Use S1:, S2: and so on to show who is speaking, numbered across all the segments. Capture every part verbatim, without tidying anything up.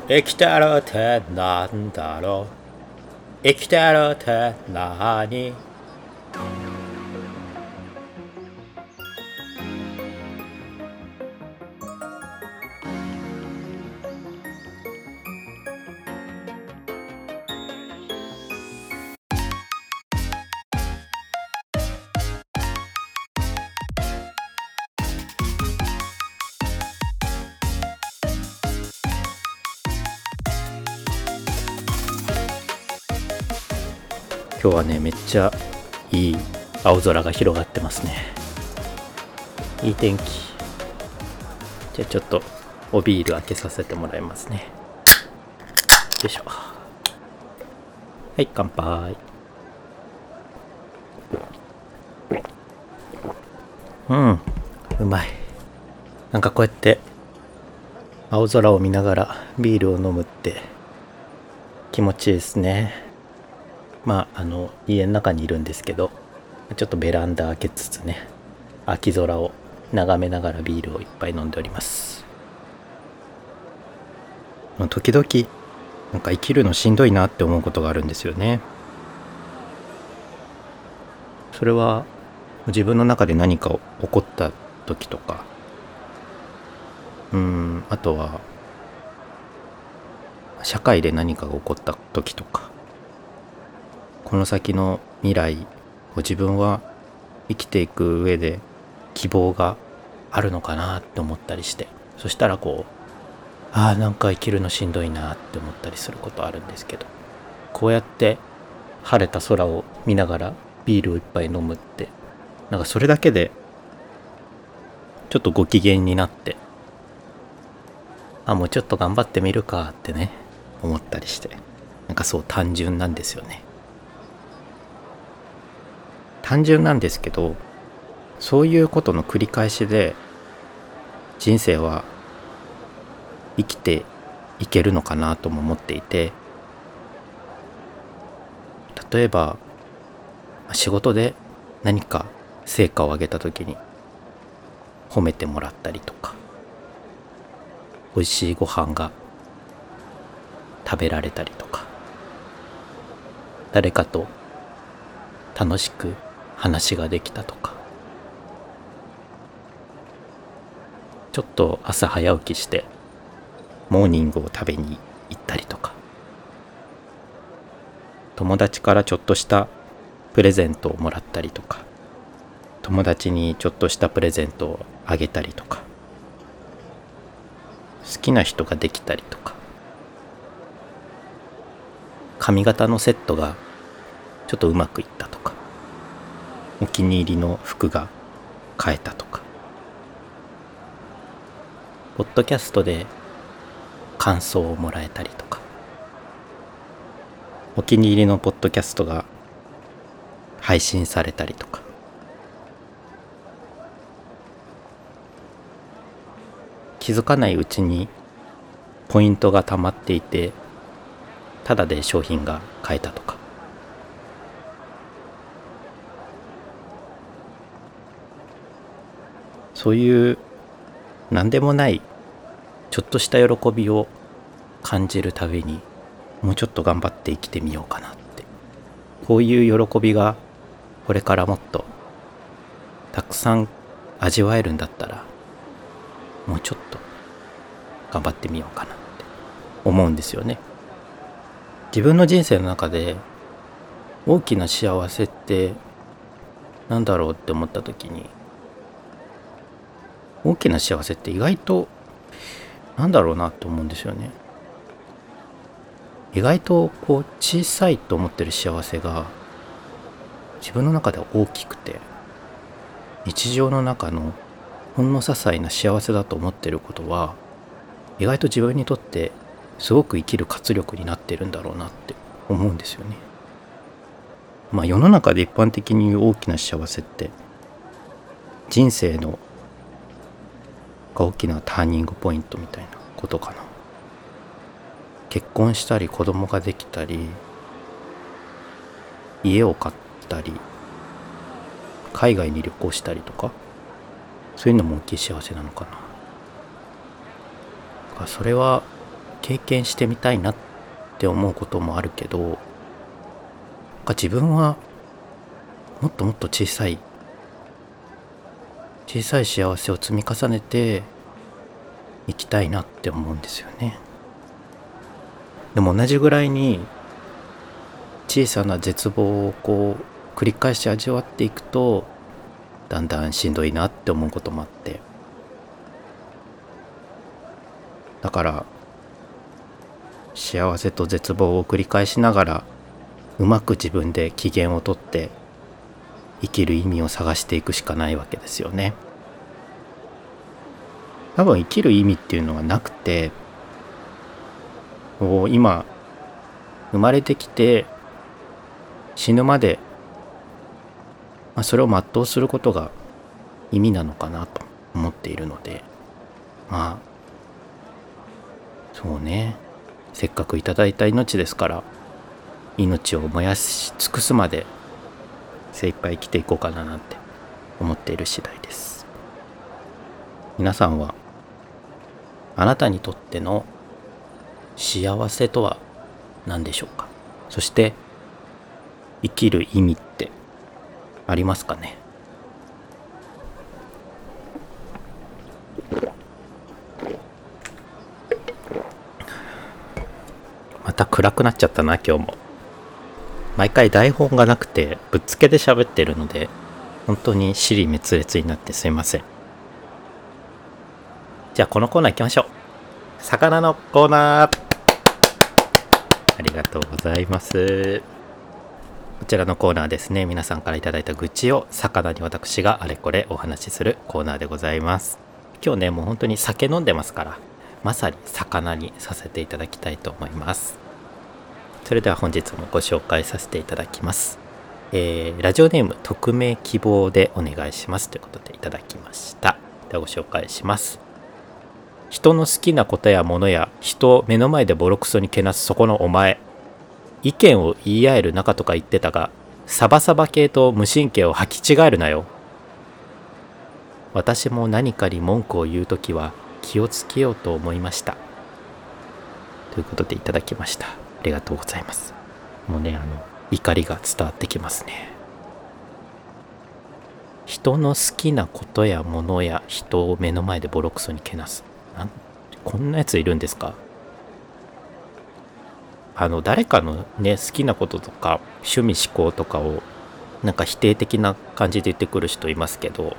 S1: 生きてるってなんだろう、生きてるってなに。今日はね、めっちゃいい青空が広がってますね。いい天気。じゃあちょっとおビール開けさせてもらいますね。よいしょ。はい、乾杯。うん、うまい。なんかこうやって青空を見ながらビールを飲むって気持ちいいですね。まああの家の中にいるんですけど、ちょっとベランダ開けつつね、秋空を眺めながらビールをいっぱい飲んでおります。時々なんか生きるのしんどいなって思うことがあるんですよね。それは自分の中で何か起こった時とか、うーんあとは社会で何かが起こった時とか、この先の未来を自分は生きていく上で希望があるのかなって思ったりして、そしたらこうああなんか生きるのしんどいなって思ったりすることあるんですけど、こうやって晴れた空を見ながらビールをいっぱい飲むって、なんかそれだけでちょっとご機嫌になって、あもうちょっと頑張ってみるかってね思ったりして、なんかそう単純なんですよね。単純なんですけど、そういうことの繰り返しで人生は生きていけるのかなとも思っていて、例えば仕事で何か成果を上げた時に褒めてもらったりとか、美味しいご飯が食べられたりとか、誰かと楽しく話ができたとか、ちょっと朝早起きしてモーニングを食べに行ったりとか、友達からちょっとしたプレゼントをもらったりとか、友達にちょっとしたプレゼントをあげたりとか、好きな人ができたりとか、髪型のセットがちょっとうまくいったとか、お気に入りの服が買えたとか、ポッドキャストで感想をもらえたりとか、お気に入りのポッドキャストが配信されたりとか、気づかないうちにポイントが溜まっていて、ただで商品が買えたとか、そういう何でもないちょっとした喜びを感じるたびに、もうちょっと頑張って生きてみようかなって、こういう喜びがこれからもっとたくさん味わえるんだったら、もうちょっと頑張ってみようかなって思うんですよね。自分の人生の中で大きな幸せってなんだろうって思った時に、大きな幸せって意外となんだろうなと思うんですよね。意外とこう小さいと思ってる幸せが自分の中では大きくて、日常の中のほんの些細な幸せだと思ってることは、意外と自分にとってすごく生きる活力になってるんだろうなって思うんですよね。まあ世の中で一般的に言う大きな幸せって、人生のが大きなターニングポイントみたいなことかな。結婚したり子供ができたり、家を買ったり、海外に旅行したりとか、そういうのも大きい幸せなのかな。それは経験してみたいなって思うこともあるけど、なんか自分はもっともっと小さい小さい幸せを積み重ねて生きたいなって思うんですよね。でも同じぐらいに小さな絶望をこう繰り返し味わっていくと、だんだんしんどいなって思うこともあって、だから幸せと絶望を繰り返しながら、うまく自分で機嫌をとって生きる意味を探していくしかないわけですよね。多分生きる意味っていうのはなくて、こう今生まれてきて死ぬまで、まあ、それを全うすることが意味なのかなと思っているので、まあそうね、せっかくいただいた命ですから、命を燃やし尽くすまで精一杯生きていこうかななんて思っている次第です。皆さんはあなたにとっての幸せとは何でしょうか。そして生きる意味ってありますかね。また暗くなっちゃったな今日も。毎回台本がなくてぶっつけで喋ってるので、本当に支離滅裂になってすいません。じゃあこのコーナー行きましょう。魚のコーナー。ありがとうございます。こちらのコーナーですね、皆さんからいただいた愚痴を魚に私があれこれお話しするコーナーでございます。今日ね、もう本当に酒飲んでますから、まさに魚にさせていただきたいと思います。それでは本日もご紹介させていただきます。えー、ラジオネーム匿名希望でお願いしますということでいただきました。ではご紹介します。人の好きなことやものや人を目の前でボロクソにけなすそこのお前、意見を言い合える仲とか言ってたが、サバサバ系と無神経を履き違えるなよ。私も何かに文句を言うときは気をつけようと思いました、ということでいただきました。ありがとうございます。もうね、あの怒りが伝わってきますね。人の好きなことやものや人を目の前でボロクソにけなす、なんこんなやついるんですか。あの誰かのね、好きなこととか趣味思考とかをなんか否定的な感じで言ってくる人いますけど、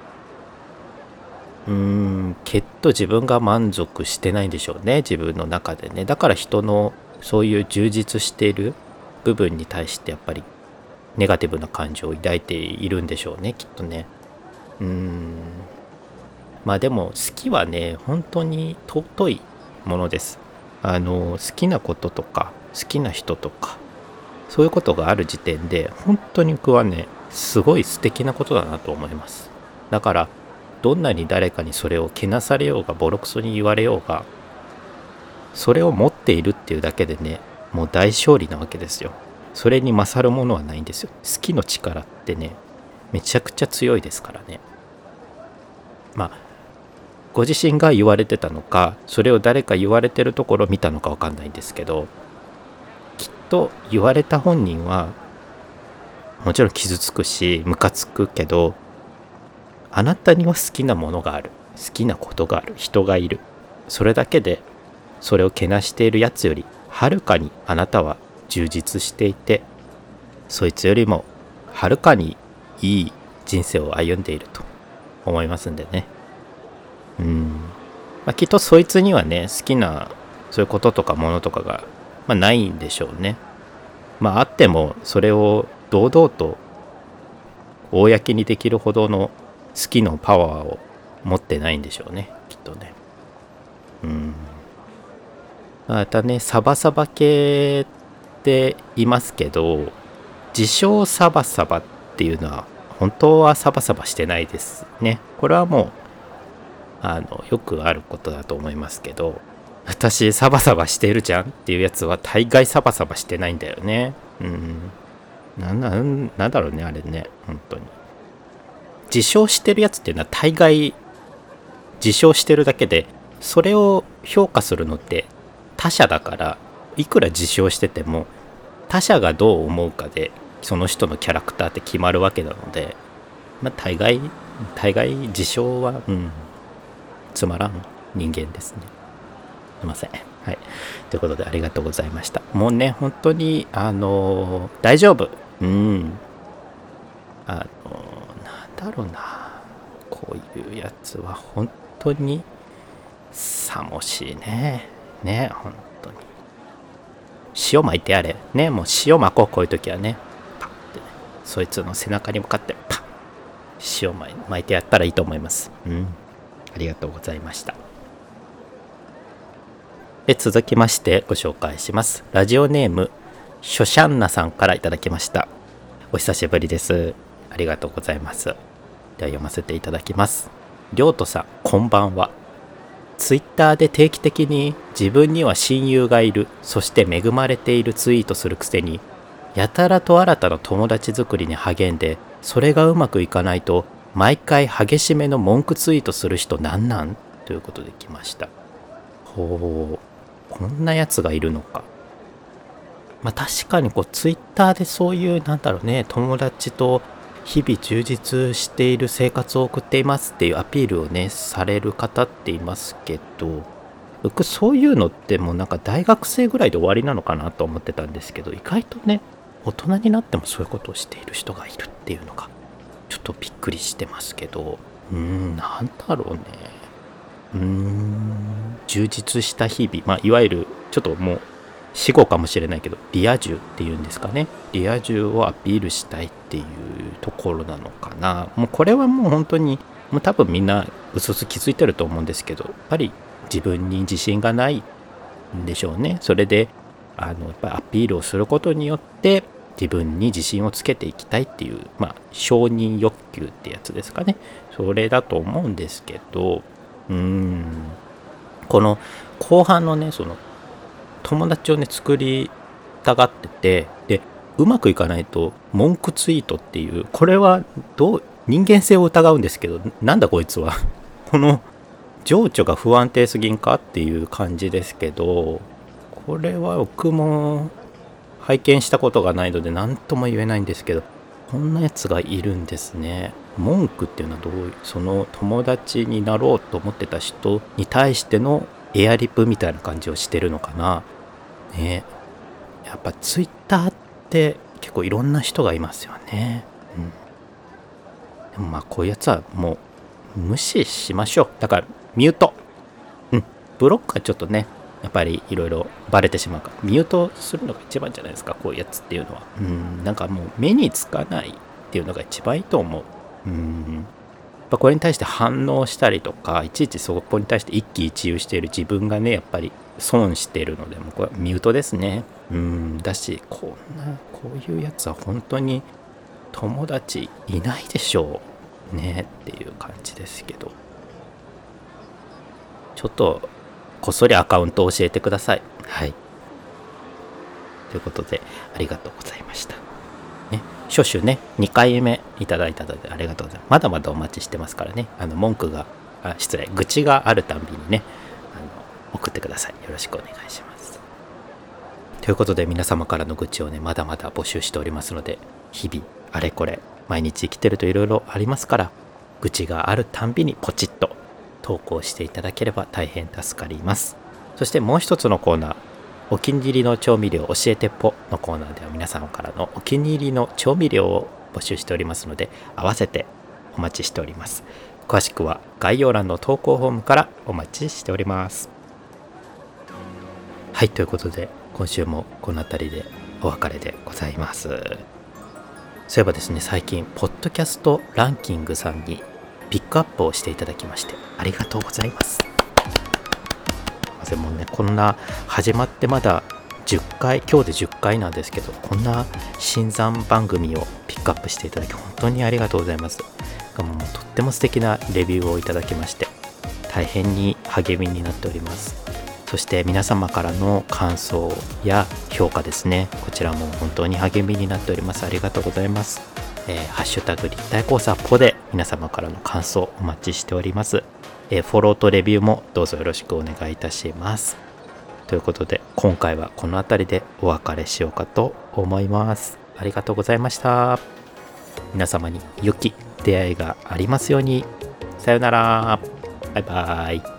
S1: うーんきっと自分が満足してないんでしょうね、自分の中でね。だから人のそういう充実している部分に対してやっぱりネガティブな感情を抱いているんでしょうね、きっとね。うーんまあでも好きはね、本当に尊いものです。あの好きなこととか好きな人とかそういうことがある時点で本当に僕はね、すごい素敵なことだなと思います。だからどんなに誰かにそれをけなされようがボロクソに言われようが、それを持っているっていうだけでね、もう大勝利なわけですよ。それに勝るものはないんですよ。好きの力ってね、めちゃくちゃ強いですからね。まあご自身が言われてたのか、それを誰か言われてるところを見たのか分かんないんですけど、きっと言われた本人はもちろん傷つくしムカつくけど、あなたには好きなものがある、好きなことがある、人がいる。それだけでそれをけなしているやつよりはるかにあなたは充実していて、そいつよりもはるかにいい人生を歩んでいると思いますんでね。うん、まあ、きっとそいつにはね、好きなそういうこととかものとかが、まあ、ないんでしょうね。まああってもそれを堂々と公にできるほどの好きのパワーを持ってないんでしょうね、きっとね。うんまたね、サバサバ系って言いますけど、自称サバサバっていうのは本当はサバサバしてないですね。これはもうあのよくあることだと思いますけど、私サバサバしてるじゃんっていうやつは大概サバサバしてないんだよね。うんなんな、なんだろうね、あれね、本当に自称してるやつっていうのは大概自称してるだけで、それを評価するのって他者だから、いくら自称してても他者がどう思うかでその人のキャラクターって決まるわけなので、まあ大概大概自称は、うん、つまらん人間ですね。すいません。はい。ということでありがとうございました。もうね、本当に、あのー、大丈夫。うん。あのー、なんだろうな。こういうやつは本当に、さもしいね。ね、本当に。塩巻いてやれ。ね、もう塩巻こう、こういう時はね。パッてね。そいつの背中に向かって、パッ。塩巻いてやったらいいと思います。うん。ありがとうございました。で、続きましてご紹介します。ラジオネームショシャンナさんからいただきました。お久しぶりです。ありがとうございます。では読ませていただきます。りょうとさん、こんばんは。ツイッターで定期的に自分には親友がいる、そして恵まれているツイートするくせに、やたらと新たな友達作りに励んで、それがうまくいかないと毎回激しめの文句ツイートする人なんなん?ということで来ました。ほう、こんなやつがいるのか。まあ確かにこうツイッターでそういうなんだろうね、友達と日々充実している生活を送っていますっていうアピールをねされる方っていますけど、僕そういうのってもうなんか大学生ぐらいで終わりなのかなと思ってたんですけど、意外とね大人になってもそういうことをしている人がいるっていうのがちょっとびっくりしてますけど、うーんなんだろうね、うーん充実した日々、まあいわゆるちょっともう死後かもしれないけどリア充っていうんですかね、リア充をアピールしたいっていうところなのかな。もうこれはもう本当にもう多分みんなうすうす気づいてると思うんですけど、やっぱり自分に自信がないんでしょうね。それであのやっぱりアピールをすることによって自分に自信をつけていきたいっていう、まあ承認欲求ってやつですかね。それだと思うんですけど、うーんこの後半のね、その友達をね作りたがってて、でうまくいかないと文句ツイートっていう、これはどう人間性を疑うんですけど、なんだこいつはこの情緒が不安定すぎんかっていう感じですけど、これは僕も拝見したことがないので何とも言えないんですけど、こんなやつがいるんですね。文句っていうのはどういう、その友達になろうと思ってた人に対してのエアリプみたいな感じをしてるのかなね。やっぱツイッターって結構いろんな人がいますよね。うん。でもまあこういうやつはもう無視しましょう。だからミュート。うん。ブロックはちょっとね、やっぱりいろいろバレてしまうからミュートするのが一番じゃないですか、こういうやつっていうのは。うん。なんかもう目につかないっていうのが一番いいと思う。うん。やっぱこれに対して反応したりとか、いちいちそこに対して一喜一憂している自分がね、やっぱり損しているので、もうこれはミュートですね。うんだし、こんなこういうやつは本当に友達いないでしょうねっていう感じですけど、ちょっとこっそりアカウントを教えてください。はい。ということでありがとうございました。ね、初手ねにかいめいただいたのでありがとうございます。まだまだお待ちしてますからね。あの文句があ失礼愚痴があるたんびにね、あの送ってください。よろしくお願いします。ということで皆様からの愚痴をねまだまだ募集しておりますので、日々あれこれ毎日生きてるといろいろありますから、愚痴があるたんびにポチッと投稿していただければ大変助かります。そしてもう一つのコーナー、お気に入りの調味料教えてポのコーナーでは皆様からのお気に入りの調味料を募集しておりますので、合わせてお待ちしております。詳しくは概要欄の投稿フォームからお待ちしております。はい、ということで今週もこの辺りでお別れでございます。そういえばですね、最近ポッドキャストランキングさんにピックアップをしていただきましてありがとうございます。でもね、こんな始まってまだじゅっかい、今日でじゅっかいなんですけど、こんな新参番組をピックアップしていただき本当にありがとうございます。もうとっても素敵なレビューをいただきまして大変に励みになっております。そして皆様からの感想や評価ですね、こちらも本当に励みになっております。ありがとうございます。えー、ハッシュタグ立体交差ポで皆様からの感想お待ちしております。えー、フォローとレビューもどうぞよろしくお願いいたします。 ということで今回はこの辺りでお別れしようかと思います。ありがとうございました。皆様に良き出会いがありますように。さよなら。バイバイ。